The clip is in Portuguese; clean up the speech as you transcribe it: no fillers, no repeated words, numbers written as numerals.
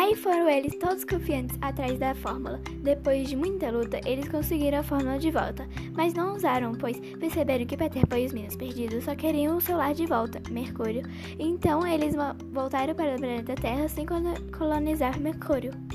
Aí foram eles todos confiantes atrás da fórmula. Depois de muita luta, eles conseguiram a fórmula de volta, mas não usaram, pois perceberam que Peter Pan e os meninos perdidos só queriam o seu lar de volta, Mercúrio. Então eles voltaram para o planeta Terra sem colonizar Mercúrio.